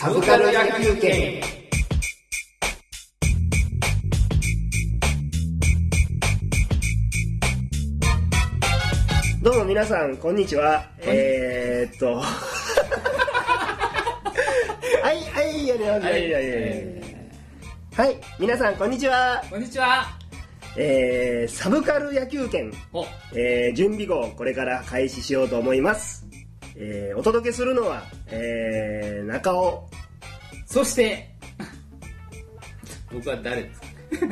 サブカル野球券。 どうも皆さんこんにちは。はい、皆さんこんにちは。 こんにちは。 サブカル野球券、準備号これから開始しようと思います。お届けするのは、中尾、 そして僕は誰ですか？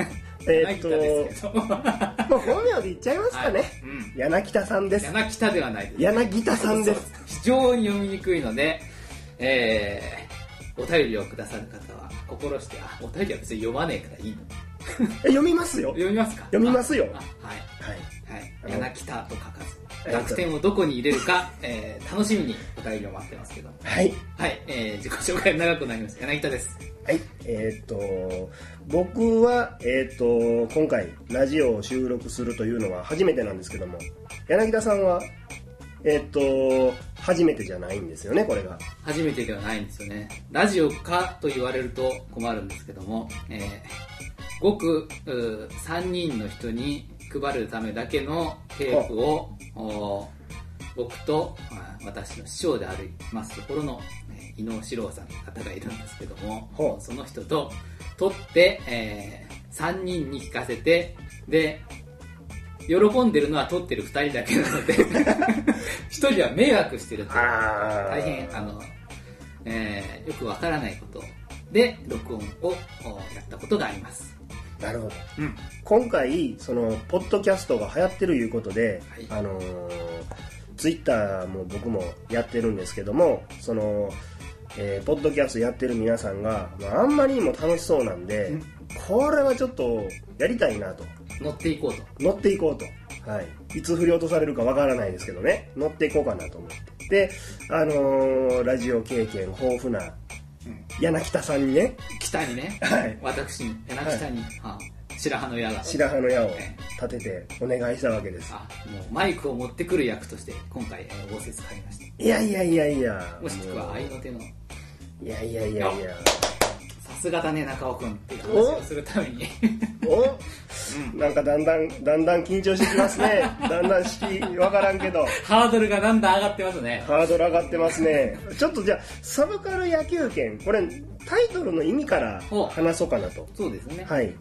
もう本名で言っちゃいますかね。柳田さんです。 柳田ではないです。 柳田さんです。 非常に読みにくいので、お便りをくださる方は心して、お便りは別に読まねえからいいの。 読みますよ。 読みますか？ 読みますよ。 はい。柳田と書かず、楽天をどこに入れるか、楽しみにお便りを待ってますけど。 はい。 はい。自己紹介長くなります。柳田です。 はい。僕は今回ラジオを収録するというのは初めてなんですけども、柳田さんは初めてじゃないんですよね。これが初めてではないんですよね。ラジオかと言われると困るんですけども、ごく3人の人に配るためだけのテープを僕と私の師匠でありますところの伊能四郎さんの方がいるんですけども、その人と撮って、3人に聞かせて、で喜んでるのは撮ってる2人だけなので1人は迷惑してるという大変よくわからないことで録音をやったことがあります。 なるほど、今回そのポッドキャストが流行ってるいうことで、ツイッターも僕もやってるんですけども、その、ポッドキャストやってる皆さんが、あんまりにも楽しそうなんで、これはちょっとやりたいなと。 乗っていこうと、はい、いつ振り落とされるかわからないですけどね、乗っていこうかなと思ってで、ラジオ経験豊富な柳田さんにね、 北にね、私に柳北に、白羽の矢を立ててお願いしたわけです。 もうマイクを持ってくる役として今回応接かりました。 いやもしくは愛の手のいやさすがだね中尾くんっていう話をするためになんかだんだん緊張してきますね。だんだん式わからんけどハードルがだんだん上がってますね。 ちょっとじゃあサブカル野球券、これタイトルの意味から話そうかなと。 そうですね。 はい。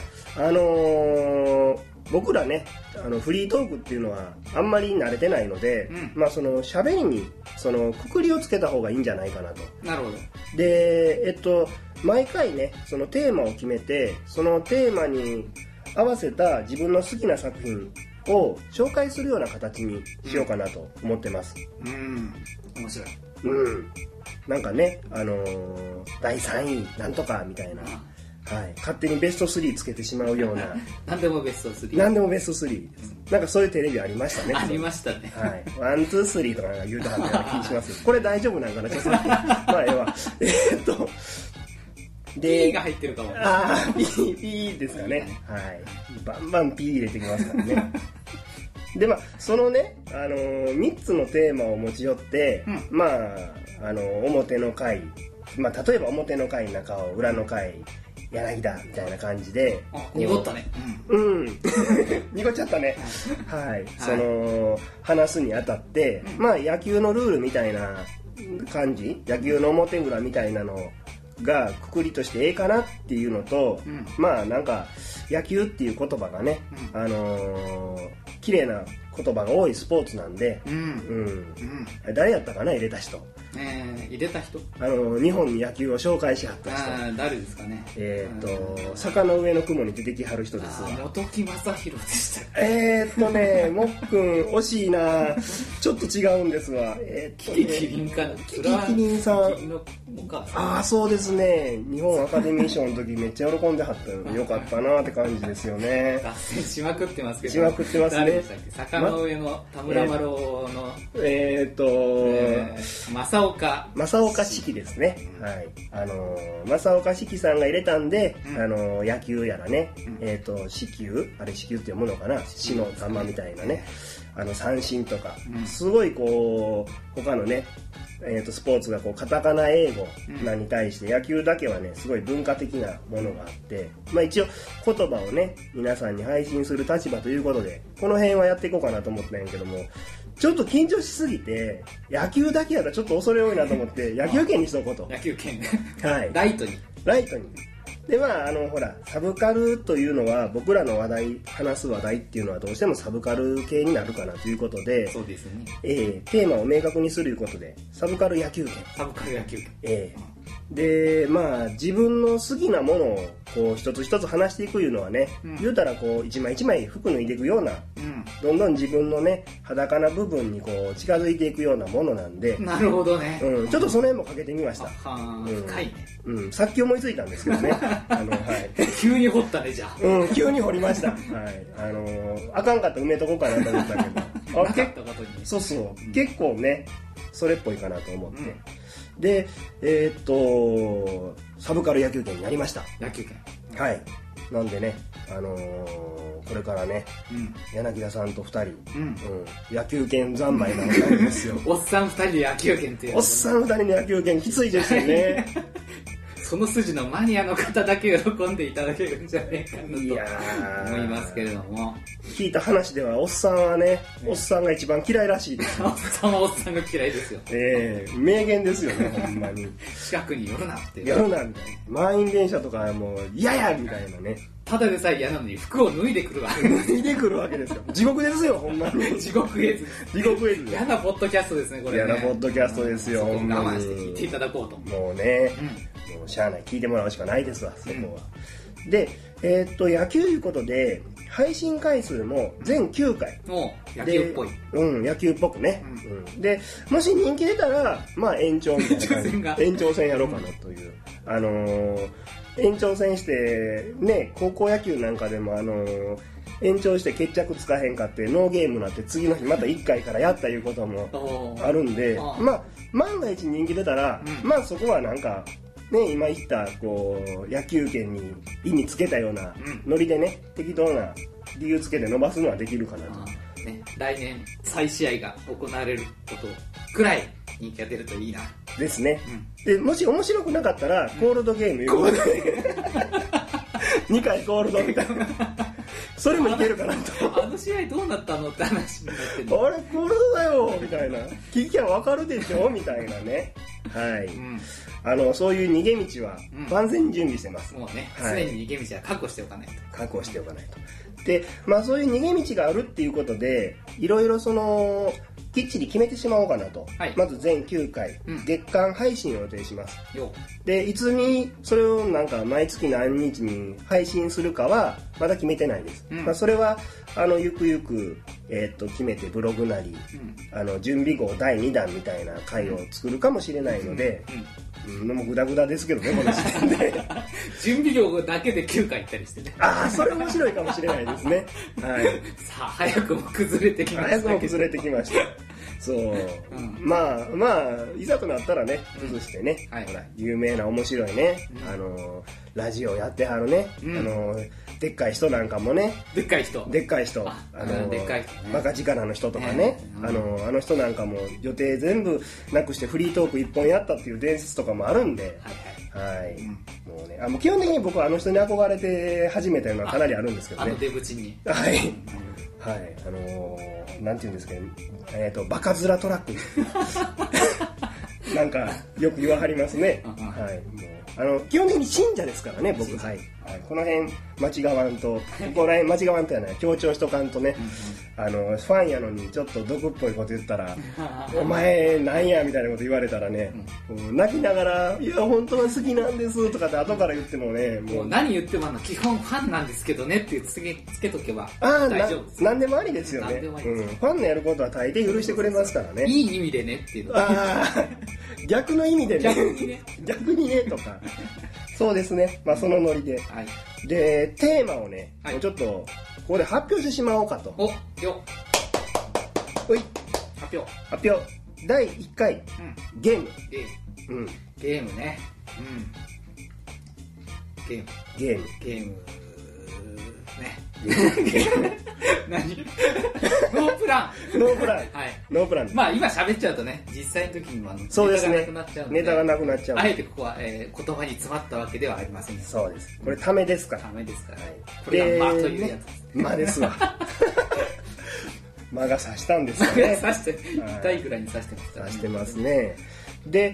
僕らね、フリートークっていうのはあんまり慣れてないので、その喋りにそのくくりをつけた方がいいんじゃないかなと。 なるほど。 で、毎回ね、そのテーマを決めて、そのテーマに合わせた自分の好きな作品を紹介するような形にしようかなと思ってます。 面白い。 なんかね、第3位なんとかみたいな、勝手にベスト3つけてしまうような何でもベスト3 です、なんかそういうテレビありましたね。 ありましたね。 ワン、ツー、スリーとか言うてはったような気しますこれ大丈夫なんかな、ちょっと P が入ってるかも。 P ですかね。バンバン P 入れてきますからね。でそのね、3つのテーマを持ち寄って、表の回、例えば表の回中尾、裏の回柳田みたいな感じで、 濁ったね。 濁っちゃったね。その話すにあたって、野球のルールみたいな感じ、野球の表裏みたいなのがくくりとしてええかなっていうのと、なんか野球っていう言葉がね、綺麗な言葉が多いスポーツなんで、誰やったかな、入れた人。 入れた人、 日本に野球を紹介しはった人。 誰ですかね。 坂の上の雲に出てきはる人ですわ。 本木正宏でしたもっくん惜しいな、ちょっと違うんですわ。 キキリンかな。 キキリンさん。そうですね。日本アカデミー賞の時めっちゃ喜んではったのでよかったなって感じですよね。 脱線しまくってますけど。 しまくってますね。 誰でしたっけ？坂の上の田村麻呂の正岡子規ですね。正岡子規さんが入れたんで、野球やらね、子球って読むのかな、死の玉みたいなね、 三振とか、 うんすごいこう他のねスポーツがこうカタカナ英語なに対して野球だけはねすごい文化的なものがあって、まあ、一応言葉をね皆さんに配信する立場ということでこの辺はやっていこうかなと思ったんやけども、ちょっと緊張しすぎて野球だけやったらちょっと恐れ多いなと思って野球拳にしとこうと。 野球拳ねはいライトにでまあほらサブカルというのは僕らの話す話題っていうのはどうしてもサブカル系になるかなということで、 そうですね、 テーマを明確にするということでサブカル野球拳、 サブカル野球拳、 でまあ自分の好きなものをこう一つ一つ話していくいうのはね、言うたらこう一枚一枚服脱いでいくような、どんどん自分のね裸な部分にこう近づいていくようなものなんで、 なるほどね、 ちょっとその辺もかけてみました。 深いね、 さっき思いついたんですけどね急に掘ったねじゃあ、 急に掘りました。あかんかったら埋めとこうかなと思ったけどなかったことに、 そうそう結構ねそれっぽいかなと思って、でサブカル野球拳になりました。 野球拳、 はいなんでねこれからね、柳田さんと2人、野球拳三昧なわけですよおっさん2人で野球拳っていう、 おっさん2人の野球拳きついですよねその筋のマニアの方だけ喜んでいただけるんじゃねえかなと思いますけれども、 聞いた話ではおっさんはね、おっさんが一番嫌いらしいですおっさんはおっさんが嫌いですよ、 名言ですよねほんまに近くに寄るなって寄るなみたいな、満員電車とかもう嫌やみたいなね、 ただでさえ嫌なのに服を脱いでくるわけ脱いでくるわけですよ。地獄ですよほんまに地獄絵図、 地獄絵図嫌なポッドキャストですねこれね、 嫌なポッドキャストですよ、 そこをほんまに我慢して聞いていただこうと、 もうね、もうしゃあない聞いてもらうしかないですわそこは、で野球いうことで配信回数も全9回、 もう野球っぽい、 野球っぽくね、でもし人気出たらまあ延長みたいな感じ延長戦やろうかなという、延長戦してね、高校野球なんかでも延長して決着つかへんかってノーゲームになって次の日また1回からやったいうこともあるんで、まあ万が一人気出たら、まあそこはなんかね、今言ったこう野球拳に意味つけたようなノリでね、適当な理由つけて伸ばすのはできるかなと、 来年再試合が行われることくらい人気が出るといいなですね、でもし面白くなかったらコールドゲームいうことで2回コールドみたいなそれもいけるかなと。 あの試合どうなったのって話になってるの。 あれコールドだよみたいな、聞きゃわかるでしょみたいなね、はい、そういう逃げ道は万全に準備してます、 もうね、常に逃げ道は確保しておかないと、 確保しておかないと。で、まあそういう逃げ道があるっていうことで、いろいろきっちり決めてしまおうかなと、まず全9回、月間配信を予定します。で、いつにそれをなんか毎月何日に配信するかはまだ決めてないです、まあ、それはゆくゆく、決めてブログなり、準備号第2弾みたいな回を作るかもしれないので、もうグダグダですけどねこの時点で準備量だけで9回行ったりしてねそれ面白いかもしれないですね、はい、 さあ早くも崩れてきましたけど、 早くも崩れてきましたそう、まあいざとなったらね崩してね、ほら有名な面白いね、ラジオやってはるね、でっかい人なんかもね、でっかい人バカ力の人とかね、あの人なんかも予定全部なくしてフリートーク1本やったっていう伝説とかもあるんで、もうね、もう基本的に僕はあの人に憧れて始めたのはかなりあるんですけどね、 デブチになんていうんですかね、バカ面トラックなんかよく言わはりますね、もう基本的に信者ですからね僕、この辺間違わんと、ここら辺間違わんとやない、強調しとかんとね、ファンやのにちょっと毒っぽいこと言ったらお前なんやみたいなこと言われたらね、泣きながらいや本当は好きなんですとかって後から言ってもね、 もう何言っても基本ファンなんですけどねってつけとけば大丈夫です。 何でもありですよね、ファンのやることは大抵許してくれますからね、 いい意味でねっていうの逆の意味でね、逆にねとかそうですね、まあそのノリで、でテーマをね、ちょっとここで発表してしまおうかと。発表第1回、ゲームね、 ゲームですね。何ノープラン。 ノープラン。 はい。 ノープラン。 まあ今喋っちゃうとね、実際の時にはそうですね。 ネタがなくなっちゃうので。 ネタがなくなっちゃう。 あえてここは、言葉に詰まったわけではありません。 そうです。これためですから。 ためですから。 はい。 これが間というやつです。 間ですわ。間が刺したんですよね。 刺して、痛いぐらいに刺してますからね。刺してますね。で、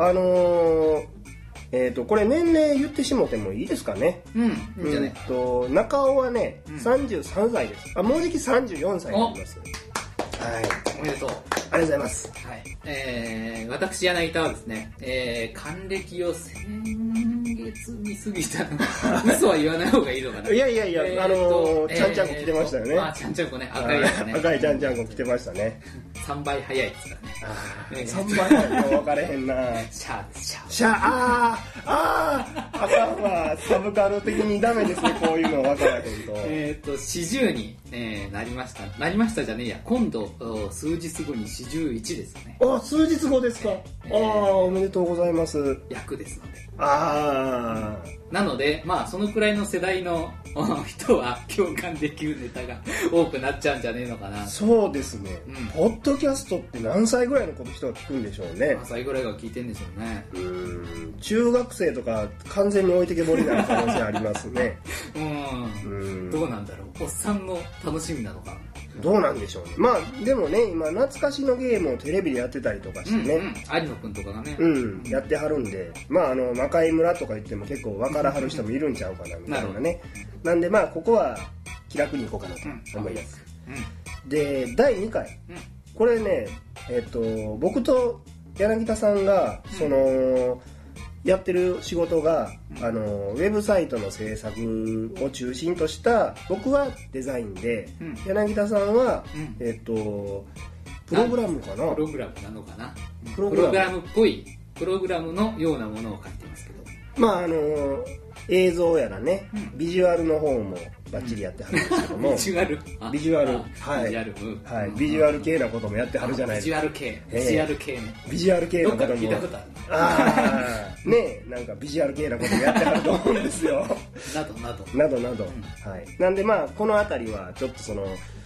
これ年齢言ってしもてもいいですかね。 うん。いいんじゃない。 中尾はね、33歳です。あ、もうじき34歳になります。はい。 おめでとう。 ありがとうございます。 はい。私、柳田はですね、還暦を先月に過ぎたの。嘘は言わない方がいいのかな。 いや、ちゃんちゃんこ着てましたよね。 あ、ちゃんちゃんこね、赤いやつね。 赤いちゃんちゃんこ着てましたね。 3倍早いですからね。 3倍早いの分かれへんな。 シャー、 シャー、あかんわ。サブカル的にダメですね、こういうの分からへんと。 40に、なりました。なりましたじゃねえや。今度、数日後に41ですよね。 あ、数日後ですか。おめでとうございます。 役ですので。 なので、まあ、そのくらいの世代の人は共感できるネタが多くなっちゃうんじゃねえのかな。 そうですね。ポッドキャストって何歳ぐらいの人が聞くんでしょうね。 何歳ぐらいが聞いてんでしょうね。 中学生とか完全に置いてけぼりになる可能性ありますね。 どうなんだろう。おっさんの楽しみなのか。 どうなんでしょうね。まあでもね、今懐かしのゲームをテレビでやってたりとかしてね、 有野くんとかがね、 やってはるんで、まあ魔界村とか言っても結構分からはる人もいるんちゃうかなみたいなね。なんでまあここは気楽にいこうかなと思います。で、第2回、これね、僕と柳田さんがやってる仕事が、ウェブサイトの制作を中心とした、僕はデザインで、柳田さんは、プログラムかな。 プログラムなのかな。プログラムっぽい、プログラムのようなものを書いてますけど。 まあ映像やらね、ビジュアルの方もバッチリやってはるんですけども、 ビジュアル、 はい、ビジュアル系なこともやってはるじゃないですか。 ビジュアル系ね。 ビジュアル系なことも。 聞いたことある。 ね、なんかビジュアル系なこともやってはると思うんですよ。など、はい。なんでまあこのあたりはちょっと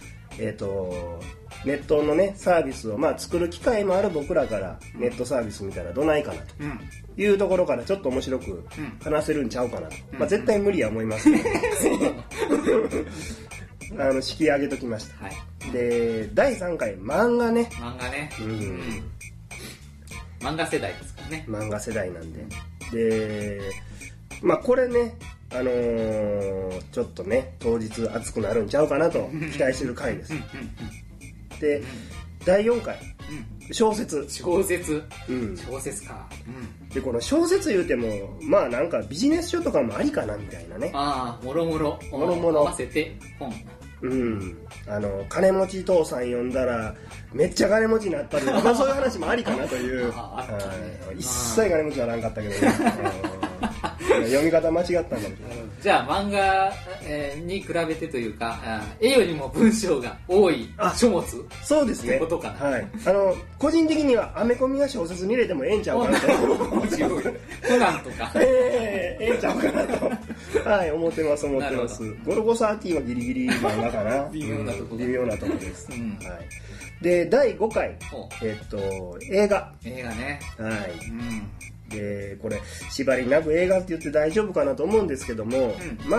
ネットのねサービスを作る機会もある僕らからネットサービス見たらどないかなというところからちょっと面白く話せるんちゃうかなと、絶対無理は思いますけど引き上げときました、で第3回漫画ね、 漫画世代ですからね。 漫画世代なんでこれねちょっとね当日熱くなるんちゃうかなと期待してる回です。で第4回、小説か。でこの小説言うてもなんかビジネス書とかもありかなみたいなね。 もろもろ合わせて本。 金持ち父さん呼んだらめっちゃ金持ちになったりそういう話もありかなという一切金持ちはなかったけどね。読み方間違ったんだけど。 じゃあ漫画に比べてというか、絵よりも文章が多い書物。 そうですね。 ってことかな。 はい。個人的にはアメコミは小説に入れてもええんちゃうかなと。 面白い。コナンとか。 ええんちゃうかなと。はい、思ってます。ゴルゴ13はギリギリ漫画かな。 微妙なところです。はい。で第5回映画ね。 はい。でこれ縛りなく映画って言って大丈夫かなと思うんですけども、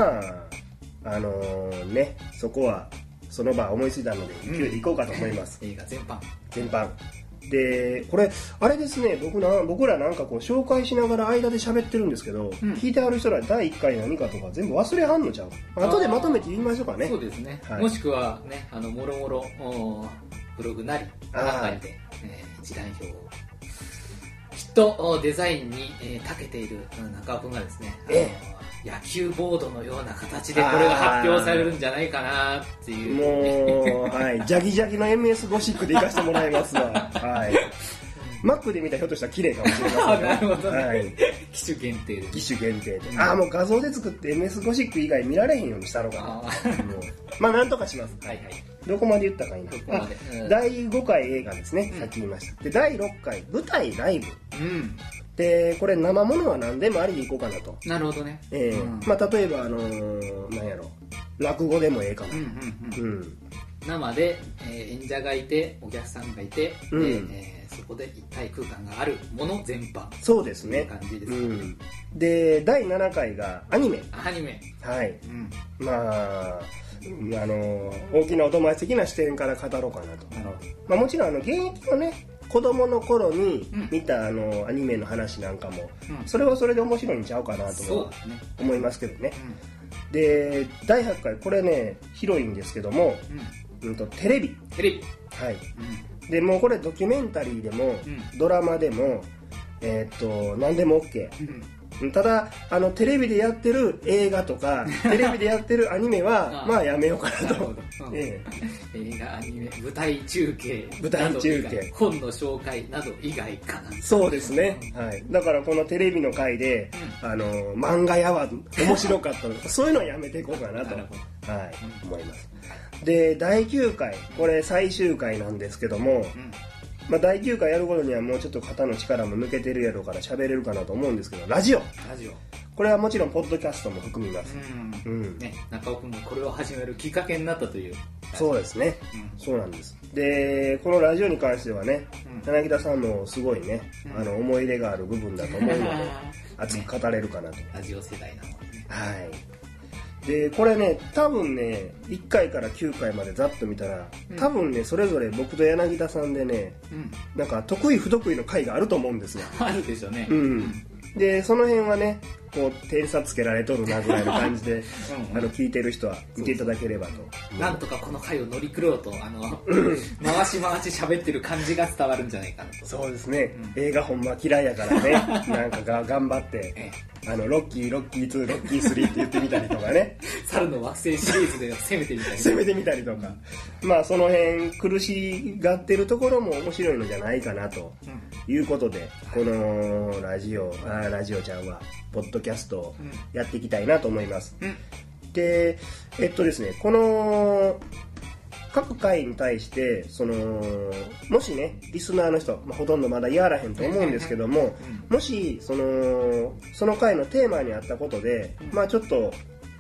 ね、そこはその場思いついたので勢いでいこうかと思います。 映画全般でこれあれですね、僕らなんかこう紹介しながら間で喋ってるんですけど、聞いてある人ら第1回何かとか全部忘れはんのちゃう。後でまとめて言いましょうかね。 そうですね、もしくはねもろもろブログなり中で一覧表をきっとデザインに長けている中尾君がですね、野球ボードのような形でこれが発表されるんじゃないかなっていう。 もう、はい、ジャギジャギの MS ゴシックでいかせてもらいますわ。はい。マックで見たらひょっとしたら綺麗かもしれません、 なるほどね。機種限定で。 もう画像で作って MS ゴシック以外見られへんようにしたのかな。なんとかします。どこまで言ったかいな。第5回映画ですね、さっき言いました。で第6回舞台ライブ。でこれ生ものは何でもありでいこうかなと。 なるほどね。 例えばなんやろ落語でもええかな、 生で、演者がいてお客さんがいて、そこで一体空間があるもの全般、 そうですね、 という感じですね。 で第7回がアニメ。はい、まあ大きなお友達的な視点から語ろうかなと。 なるほど。 まあ、もちろん現役のね子供の頃に見たアニメの話なんかも、それはそれで面白いんちゃうかなとは思いますけどね。で第8回これね広いんですけども、テレビ、はい、でもうこれドキュメンタリーでも、ドラマでも何でも OK、ただテレビでやってる映画とかテレビでやってるアニメはまあやめようかなと。 映画、アニメ、舞台中継、本の紹介など以外かな。 そうですね、はい、だからこのテレビの回で、漫画やわ面白かったとかそういうのはやめていこうかなと思います。で第9回これ最終回なんですけども、まあ、第9回やる頃にはもうちょっと肩の力も抜けてるやろうから喋れるかなと思うんですけど、ラジオこれはもちろんポッドキャストも含みます。 中尾君がこれを始めるきっかけになったという。 そうですね、そうなんです。でこのラジオに関してはね、柳田さんもすごいね、思い入れがある部分だと思うので熱く語れるかなと。 ラジオ世代なのでね。 はい。でこれね多分ね1回から9回までざっと見たら、多分ねそれぞれ僕と柳田さんでね、なんか得意不得意の回があると思うんですよ。 あるでしょうね。 でその辺はねこう点差つけられとるなぐらいの感じで聞いてる人は見ていただければと。 なんとかこの回を乗り切ろうと回し喋ってる感じが伝わるんじゃないかなと。 そうですね、映画ほんま嫌いやからねなんか頑張ってロッキー2、ロッキー3って言ってみたりとかね猿の惑星シリーズで攻めてみたりとか、 まあその辺苦しがってるところも面白いのじゃないかなということで、このラジオちゃんはポッドキャストをやっていきたいなと思います。でですね、この各回に対してもしねリスナーの人、ほとんどまだやらへんと思うんですけども、もしその回のテーマにあったことで、ちょっと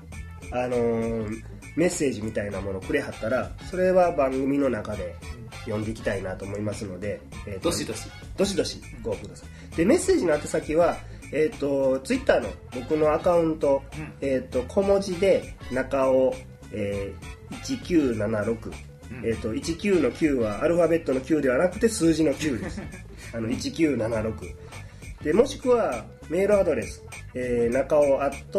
メッセージみたいなものくれはったら、それは番組の中で読んでいきたいなと思いますので、 どしどしご応募ください。でメッセージの宛先はツイッターの僕のアカウント、小文字で中尾1976、19の9はアルファベットの9ではなくて数字の9です1976で、もしくはメールアドレス、中尾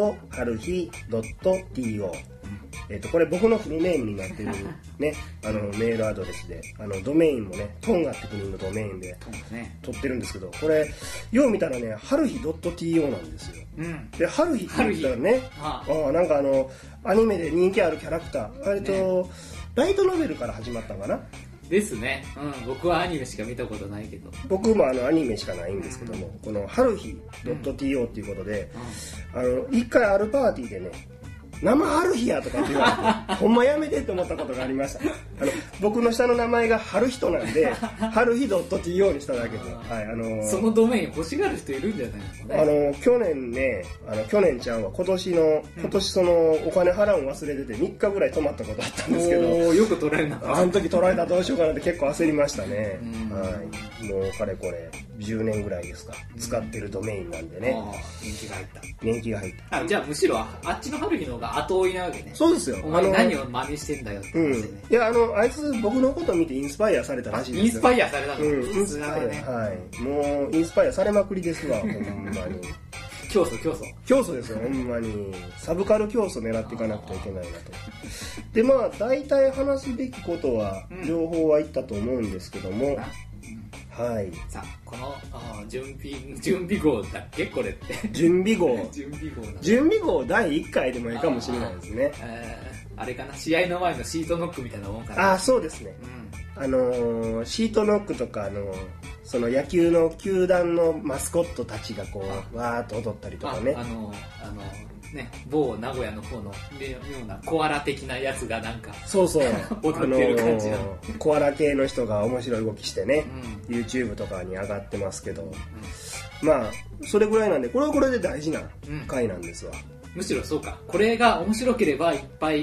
@haruhi.to、これ僕のフルネームになってるねメールアドレスで、ドメインもねトンガって国のドメインで取ってるんですけど、これよう見たらねハルヒ .to なんですよ。でハルヒって言ったらね、なんかアニメで人気あるキャラクター、ライトノベルから始まったかなですね。僕はアニメしか見たことないけど、 僕もアニメしかないんですけども、このハルヒ .to っていうことで、一回あるパーティーでね生春日やとかって言われてほんまやめてって思ったことがありました。僕の下の名前が春人なんで春日 .to にしただけで、 そのドメイン欲しがる人いるんじゃないの去年ちゃんは今年そのお金払うの忘れてて3日ぐらい泊まったことあったんですけど、 よく取られなかった。 あの時取られたらどうしようかなって結構焦りましたね。もうかれこれ10年ぐらいですか、使ってるドメインなんでね。 年季が入った。 じゃあむしろあっちの春日の方が後追いなわけね。 そうですよ。 お前何を真似してんだよって話でね。 いやあいつ僕のことを見てインスパイアされたらしいですよ。 インスパイアされたの。 インスパイア、はい。もうインスパイアされまくりですわほんまに。 競争ですよほんまに。サブカル競争狙っていかなくちゃいけないなと。で大体話すべきことは、情報はいったと思うんですけども。はい。 さあこの準備号だっけこれって。 準備号第1回でもいいかもしれないですね。 あれかな、試合の前のシートノックみたいなもんかな。 そうですね。シートノックとかその野球の球団のマスコットたちがこうわーっと踊ったりとかね。 某名古屋の方のようなコアラ的なやつがなんかそう踊ってる感じのコアラ系の人が面白い動きしてね、YouTube とかに上がってますけど、それぐらいなんでこれはこれで大事な回なんですわ。 むしろそうか、これが面白ければいっぱい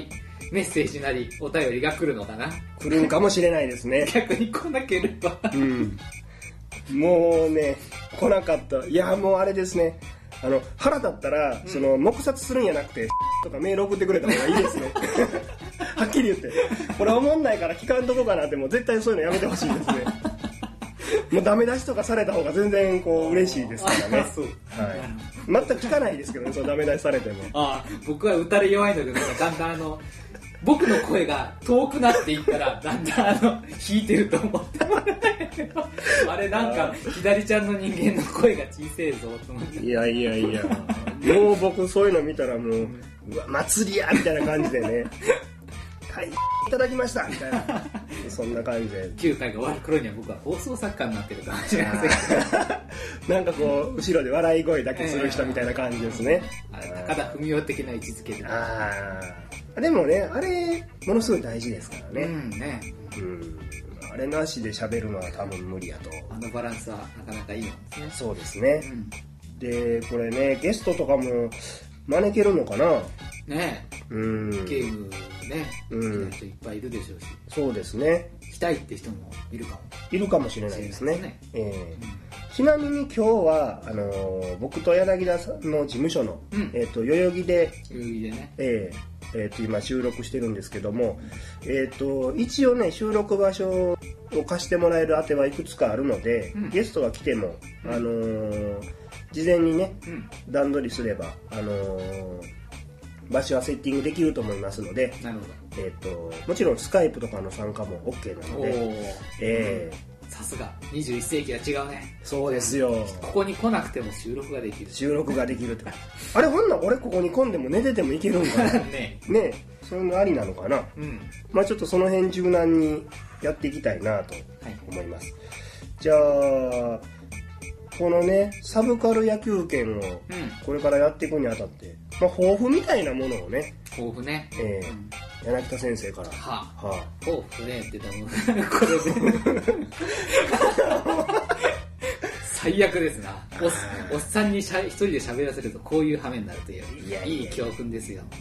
メッセージなりお便りが来るのかな。 来るんかもしれないですね。 逆に来なければもうね来なかった。いやもうあれですね、腹立ったら、その黙殺するんやなくてとかメール送ってくれた方がいいですねはっきり言って、これ思んないから聞かんとこかなって、もう絶対そういうのやめてほしいですねもうダメ出しとかされた方が全然こう嬉しいですからね。 そう、 はい、全く聞かないですけどね、そのダメ出しされても。 僕は打たれ弱いので、だんだん僕の声が遠くなっていったらだんだん弾いてると思ってあれなんか左ちゃんの人間の声が小せえぞと思って。 いやもう僕そういうの見たらもう、うわ祭りやみたいな感じでねはいいただきましたみたいなそんな感じで 9回が終わる頃には僕は放送作家になってるかもしれませんなんかこう後ろで笑い声だけする人みたいな感じですね。 高田文夫的な位置づけで。 でもね、あれものすごい大事ですからね。あれなしで喋るのは多分無理やと。 あのバランスはなかなかいいもんですね。 そうですね、でこれね、ゲストとかも招けるのかなね。ゲームね、好きな人いっぱいいるでしょうし。 そうですね、 来たいって人もいるかもしれないですね。ちなみに今日は僕と柳田さんの事務所の、代々木でね、今収録してるんですけども、一応ね収録場所を貸してもらえる当てはいくつかあるので、ゲストが来ても、事前にね、段取りすれば、場所はセッティングできると思いますので、 なるほど、もちろんスカイプとかの参加も OK なので、 さすが21世紀は違うね。 そうですよ。 ここに来なくても収録ができるってあれ、ほんなら俺ここに来んでも寝ててもいけるんかなねそういうのありなのかな。まあちょっとその辺柔軟にやっていきたいなと思います。じゃあこのねサブカル野球拳をこれからやっていくにあたって、抱負みたいなものをね、柳田先生から抱負ねって言ったらこれで最悪ですな。おっさんに一人で喋らせるとこういう羽目になるといういい教訓ですよ。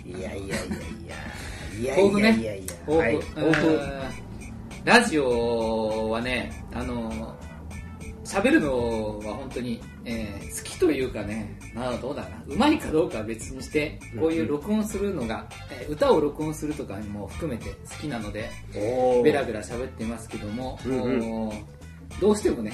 抱負ね。抱負、ラジオはね、喋るのは本当に、好きというかね、どうだな、うまいかどうかは別にして、こういう録音するのが、歌を録音するとかにも含めて好きなのでベラベラ喋ってますけども、どうしてもね、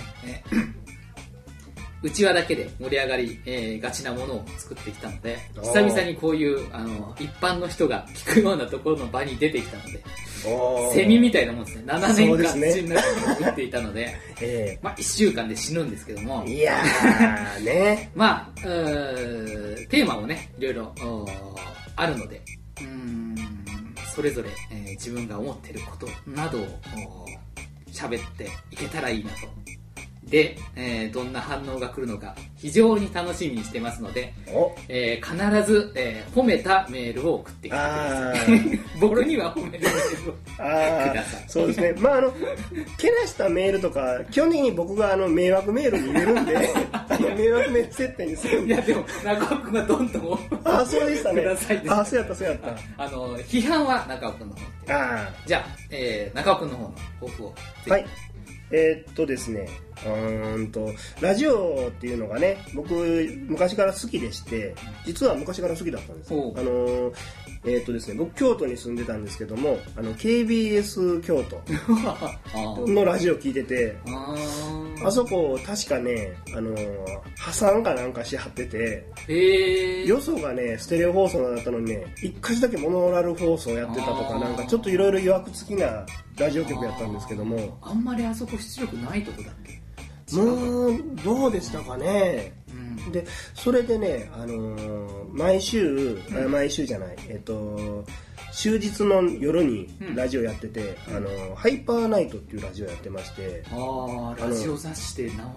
内輪だけで盛り上がり、がちなものを作ってきたので、久々にこういう一般の人が聞くようなところの場に出てきたので、セミみたいなもんですね。7年間土の中に打っていたので、1週間で死ぬんですけども、 いやーねテーマもねいろいろあるので、それぞれ、自分が思っていることなどを喋っていけたらいいなと。で、どんな反応が来るのか非常に楽しみにしてますので、必ず、褒めたメールを送ってきてください僕には褒めるメールをください。 そうですね、けなしたメールとか基本的に僕が迷惑メールに入れるんで迷惑メール設定にするんで。 いやでも中尾くんがどんどんそうでしたね。 ください。 そうやった批判は中尾くんの方。じゃあ、中尾くんの方の抱負を。 はい。ですね、ラジオっていうのがね、僕昔から好きでして、実は昔から好きだったんですよ。ですね、僕京都に住んでたんですけども、KBS 京都のラジオ聞いてて、あそこ確かね、破産かなんかしはってて、よそがねステレオ放送だったのにね、1回だけモノラル放送やってたとか、なんかちょっといろいろ曰く付きなラジオ局やったんですけども、 あんまりあそこ出力ないとこだっけ。 どうでしたかね。でそれでね、毎週じゃない、終日の夜にラジオやってて、ハイパーナイトっていうラジオやってまして、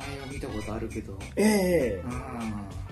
ラジオ雑誌で名前は見たことあるけど、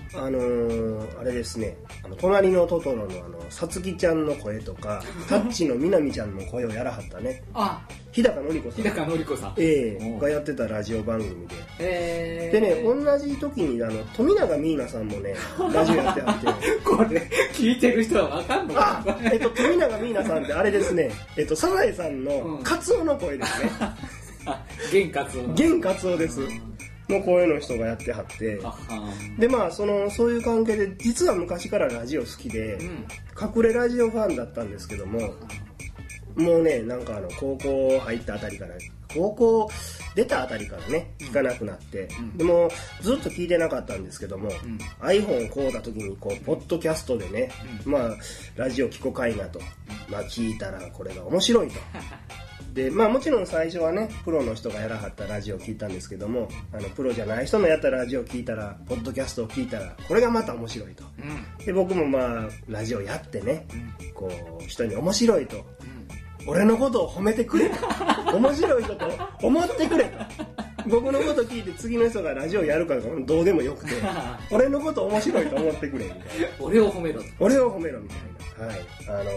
あれですね、隣のトトロのさつきちゃんの声とかタッチのみなみちゃんの声をやらはったね。日高のり子さん。 日高のり子さん。 がやってたラジオ番組で。でね、同じ時に富永美奈さんもね、ラジオやってはって。 これ、聞いてる人はわかんのかな。 富永美奈さんってあれですね、サザエさんのカツオの声ですね。 玄カツオ。 玄カツオです。の声の人がやってはって。で、まあ、そういう関係で、実は昔からラジオ好きで、隠れラジオファンだったんですけども、もうね、なんか高校入ったあたりから、高校出たあたりからね、聞かなくなって、でもずっと聞いてなかったんですけども、iPhone を買うた時にポッドキャストでね、まあラジオ聞こかいなと、まあ聞いたらこれが面白いと。で、まあもちろん最初はね、プロの人がやらはったラジオを聞いたんですけども、プロじゃない人のやったラジオを聞いたら、ポッドキャストを聞いたら、これがまた面白いと。で、僕もまあラジオやってね、こう人に面白いと。俺のことを褒めてくれと、面白いこと思ってくれと、僕のこと聞いて次の人がラジオやるからどうでもよくて、俺のこと面白いと思ってくれみたいな。 俺を褒めろ。 俺を褒めろみたいな。はい。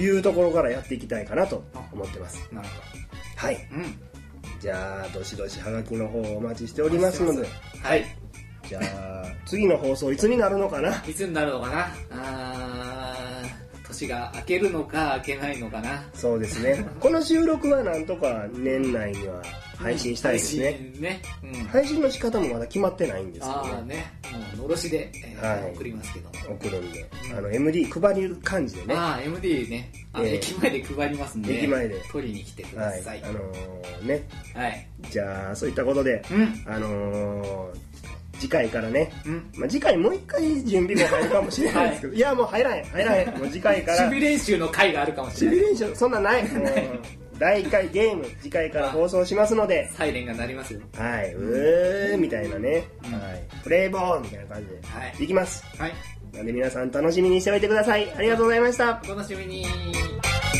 いうところからやっていきたいかなと思ってます。 なるほど。 はい。じゃあどしどしハガキの方をお待ちしておりますので。 はい。 じゃあ次の放送いつになるのかな。 いつになるのかな。年が明けるのか明けないのかな。 そうですね。この収録はなんとか年内には配信したいですね。配信の仕方もまだ決まってないんですけどね。もうのろしで送りますけど。 送るんで、MD 配りる感じでね。 MD ね。駅前で配りますんで。 駅前で取りに来てください。 ね。はい。じゃあそういったことで、次回からね、まあ、次回もう一回準備が入るかもしれないですけど、いやもう入らへん、もう次回から。 守備練習の回があるかもしれない。 守備練習、そんなんない。第1回ゲーム、次回から放送しますので。 サイレンが鳴りますよ。 はい、みたいなね。はい。プレイボールみたいな感じで。いきます。 はい。 なんで皆さん楽しみにしておいてください。ありがとうございました。 お楽しみに。